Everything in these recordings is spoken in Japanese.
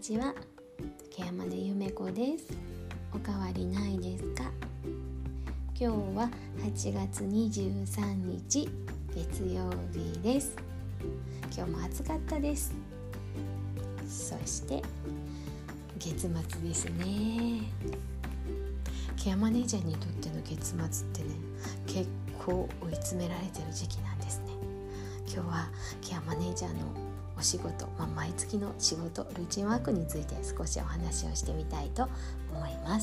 ちは、ケアマネゆめこです。おかわりないですか？今日は8月23日月曜日です。今日も暑かったです。そして月末ですね。ケアマネージャーにとっての月末ってね、結構追い詰められてる時期なんですね。今日はケアマネージャーのお仕事、毎月の仕事ルーチンワークについて少しお話をしてみたいと思います。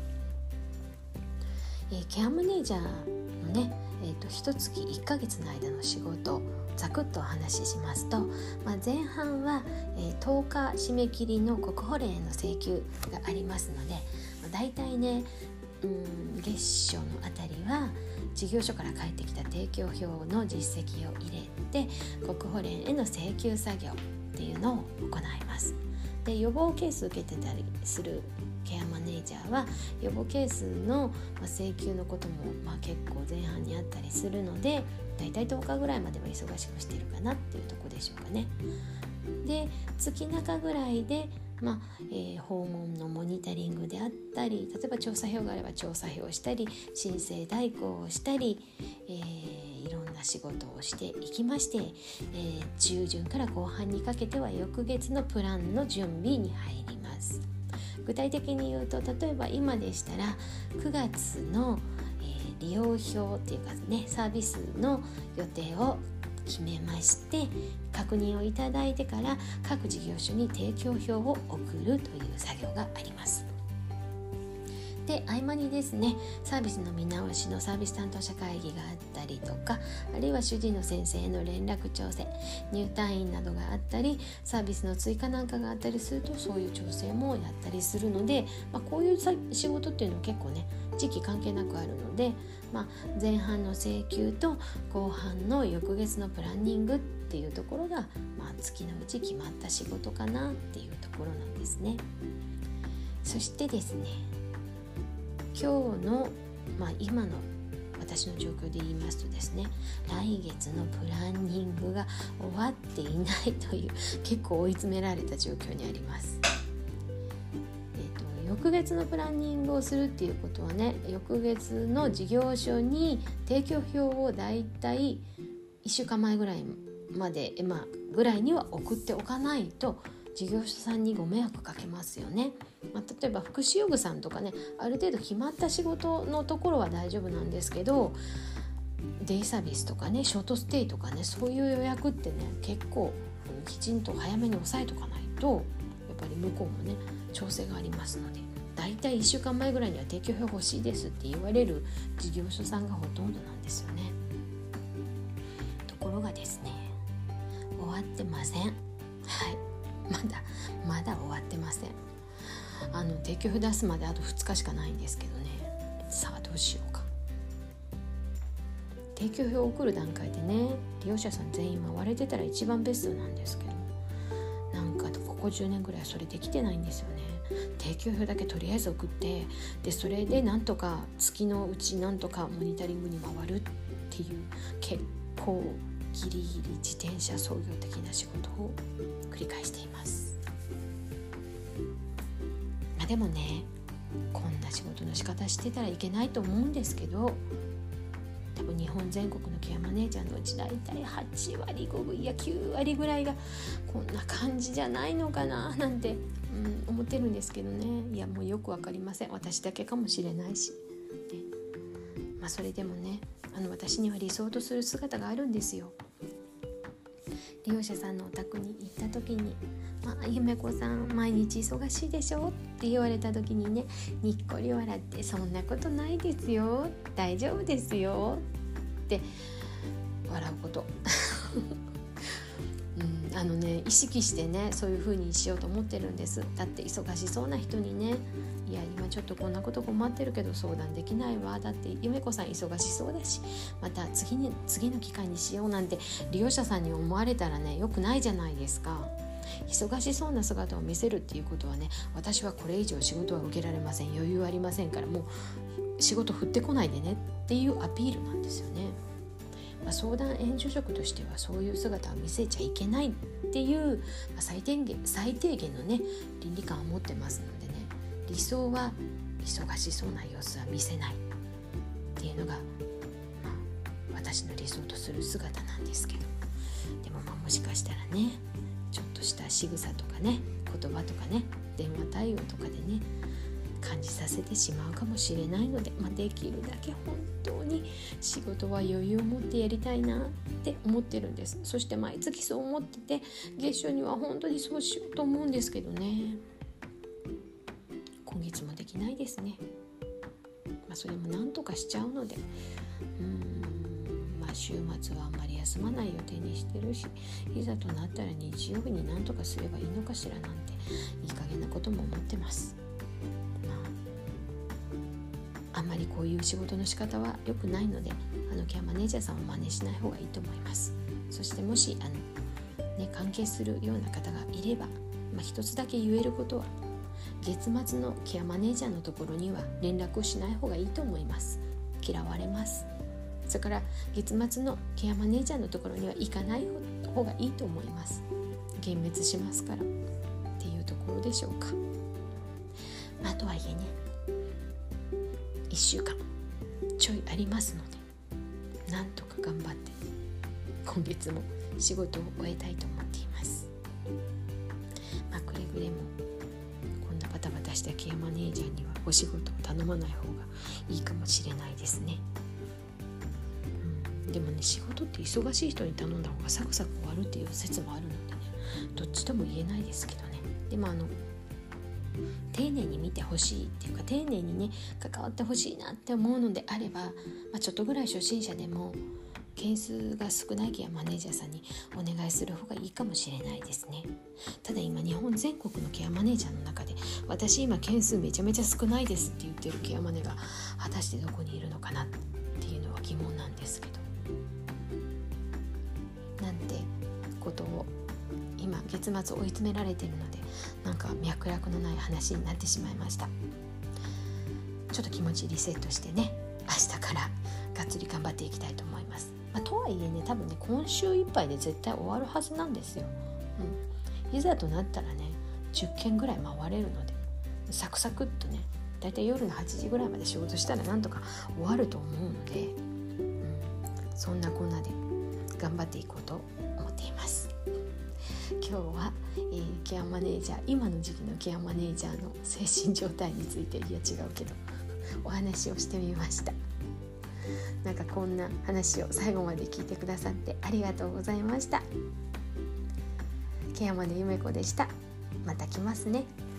ケアマネージャーのね、1月1ヶ月の間の仕事をざくっとお話ししますと、前半は、10日締め切りの国保連への請求がありますので、だいたいね、月初のあたりは事業所から返ってきた提供表の実績を入れて国保連への請求作業っていうのを行います。で、予防ケース受けてたりするケアマネージャーは予防ケースの請求のことも結構前半にあったりするので、だいたい10日ぐらいまでは忙しくしているかなっていうところでしょうかね。で、月中ぐらいで訪問のモニタリングであったり、例えば調査票があれば調査票をしたり、申請代行をしたり、いろんな仕事をしていきまして、中旬から後半にかけては翌月のプランの準備に入ります。具体的に言うと、例えば今でしたら9月の、利用表っていうかね、サービスの予定を決めまして、確認をいただいてから各事業所に提供表を送るという作業があります。で、合間にですね、サービスの見直しのサービス担当者会議があったりとか、あるいは主治医の先生への連絡調整、入退院などがあったり、サービスの追加なんかがあったりすると、そういう調整もやったりするので、こういう仕事っていうのは結構ね、時期関係なくあるので、前半の請求と後半の翌月のプランニングっていうところが、月のうち決まった仕事かなっていうところなんですね。そしてですね、今日の、今の私の状況で言いますとですね、来月のプランニングが終わっていないという結構追い詰められた状況にあります。翌月のプランニングをするっていうことはね、翌月の事業所に提供表をだいたい1週間前ぐらいまで、ぐらいには送っておかないと事業所さんにご迷惑かけますよね。例えば福祉用具さんとかね、ある程度決まった仕事のところは大丈夫なんですけど、デイサービスとかね、ショートステイとかね、そういう予約ってね、結構きちんと早めに押さえとかないと、やっぱり向こうもね、調整がありますので、だいたい1週間前ぐらいには提供表欲しいですって言われる事業所さんがほとんどなんですよね。ところがですね、終わってません。まだ終わってません。提供表出すまであと2日しかないんですけどね。さあどうしようか。提供表を送る段階でね、利用者さん全員回れてたら一番ベストなんですけど、ここ10年ぐらいそれできてないんですよね。提供表だけとりあえず送って、でそれでなんとか月のうちなんとかモニタリングに回るっていう、結構ギリギリ自転車操業的な仕事を繰り返しています。でもね、こんな仕事の仕方してたらいけないと思うんですけど、多分日本全国のケアマネージャーのうちだいたい8割5分、いや9割ぐらいがこんな感じじゃないのかななんて、思ってるんですけどね。いや、もうよくわかりません。私だけかもしれないし、それでもね、私には理想とする姿があるんですよ。利用者さんのお宅に行った時に、ゆめこさん毎日忙しいでしょって言われた時にね、にっこり笑って、そんなことないですよ、大丈夫ですよって笑うこと意識してね、そういう風にしようと思ってるんです。だって忙しそうな人にね、いや今ちょっとこんなこと困ってるけど相談できないわ、だってゆめこさん忙しそうだし、また次の機会にしようなんて利用者さんに思われたらね、良くないじゃないですか。忙しそうな姿を見せるっていうことはね、私はこれ以上仕事は受けられません、余裕ありませんから、もう仕事振ってこないでねっていうアピールなんですよね。 相談援助職としてはそういう姿を見せちゃいけないっていう、最低限のね倫理観を持ってますのでね、理想は忙しそうな様子は見せないっていうのが、私の理想とする姿なんですけど、でももしかしたらね、ちょっとした仕草とかね、言葉とかね、電話対応とかでね感じさせてしまうかもしれないので、できるだけ本当に仕事は余裕を持ってやりたいなって思ってるんです。そして毎月そう思ってて、月初には本当にそうしようと思うんですけどね、今月もできないですね。それもなんとかしちゃうので、週末はあんまり休まない予定にしてるし、いざとなったら日曜日になんとかすればいいのかしらなんていい加減なことも思ってます。あんまりこういう仕事の仕方は良くないので、ケアマネージャーさんを真似しない方がいいと思います。そしてもし関係するような方がいれば、一つだけ言えることは、月末のケアマネージャーのところには連絡をしない方がいいと思います。嫌われます。それから月末のケアマネージャーのところには行かない方がいいと思います。幻滅しますからっていうところでしょうか。とはいえね、1週間ちょいありますので、なんとか頑張って今月も仕事を終えたいと思っています。くれぐれもこんなバタバタしたケアマネージャーにはお仕事を頼まない方がいいかもしれないですね。でもね、仕事って忙しい人に頼んだ方がサクサク終わるっていう説もあるのでね、どっちとも言えないですけどね。でも丁寧に見てほしいっていうか、丁寧にね関わってほしいなって思うのであれば、ちょっとぐらい初心者でも件数が少ないケアマネージャーさんにお願いする方がいいかもしれないですね。ただ今日本全国のケアマネージャーの中で、私今件数めちゃめちゃ少ないですって言ってるケアマネが果たしてどこにいるのかなっていうのは疑問なんですけど、なんてことを今月末追い詰められているので、脈絡のない話になってしまいました。ちょっと気持ちリセットしてね、明日からがっつり頑張っていきたいと思います。とはいえね、多分ね今週いっぱいで絶対終わるはずなんですよ。いざとなったらね10件ぐらい回れるので、サクサクっとね、だいたい夜の8時ぐらいまで仕事したらなんとか終わると思うので、そんなこんなで頑張っていこうと思っています。今日は、ケアマネージャー、今の時期のケアマネージャーの精神状態について、違うけどお話をしてみました。こんな話を最後まで聞いてくださってありがとうございました。ケアマネゆめこでした。また来ますね。